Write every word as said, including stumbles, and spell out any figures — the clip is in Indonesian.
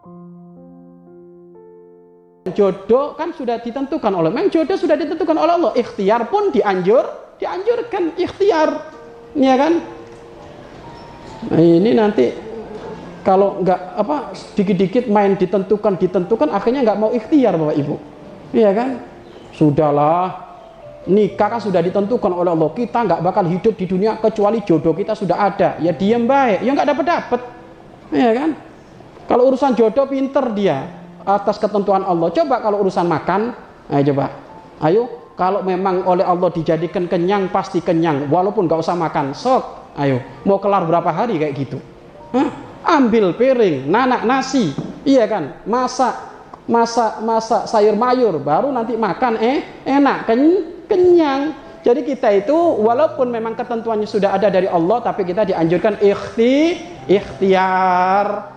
Jodoh kan sudah ditentukan oleh memang jodoh sudah ditentukan oleh Allah. Ikhtiar pun dianjur, dianjurkan ikhtiar, ya kan? Nah, ini nanti kalau nggak apa dikit-dikit main ditentukan ditentukan akhirnya nggak mau ikhtiar Bapak Ibu, ya kan? Sudahlah, nikah kan sudah ditentukan oleh Allah, kita nggak bakal hidup di dunia kecuali jodoh kita sudah ada, ya diam baik, ya nggak dapat dapat, ya kan? Kalau urusan jodoh pinter dia atas ketentuan Allah. Coba kalau urusan makan, ayo coba, ayo kalau memang oleh Allah dijadikan kenyang pasti kenyang, walaupun nggak usah makan, sok, ayo mau kelar berapa hari kayak gitu, hah? Ambil piring, nanak nasi, iya kan, masak, masak, masak sayur mayur, baru nanti makan, eh enak, ken kenyang. Jadi kita itu walaupun memang ketentuannya sudah ada dari Allah, tapi kita dianjurkan ikhti, ikhtiar.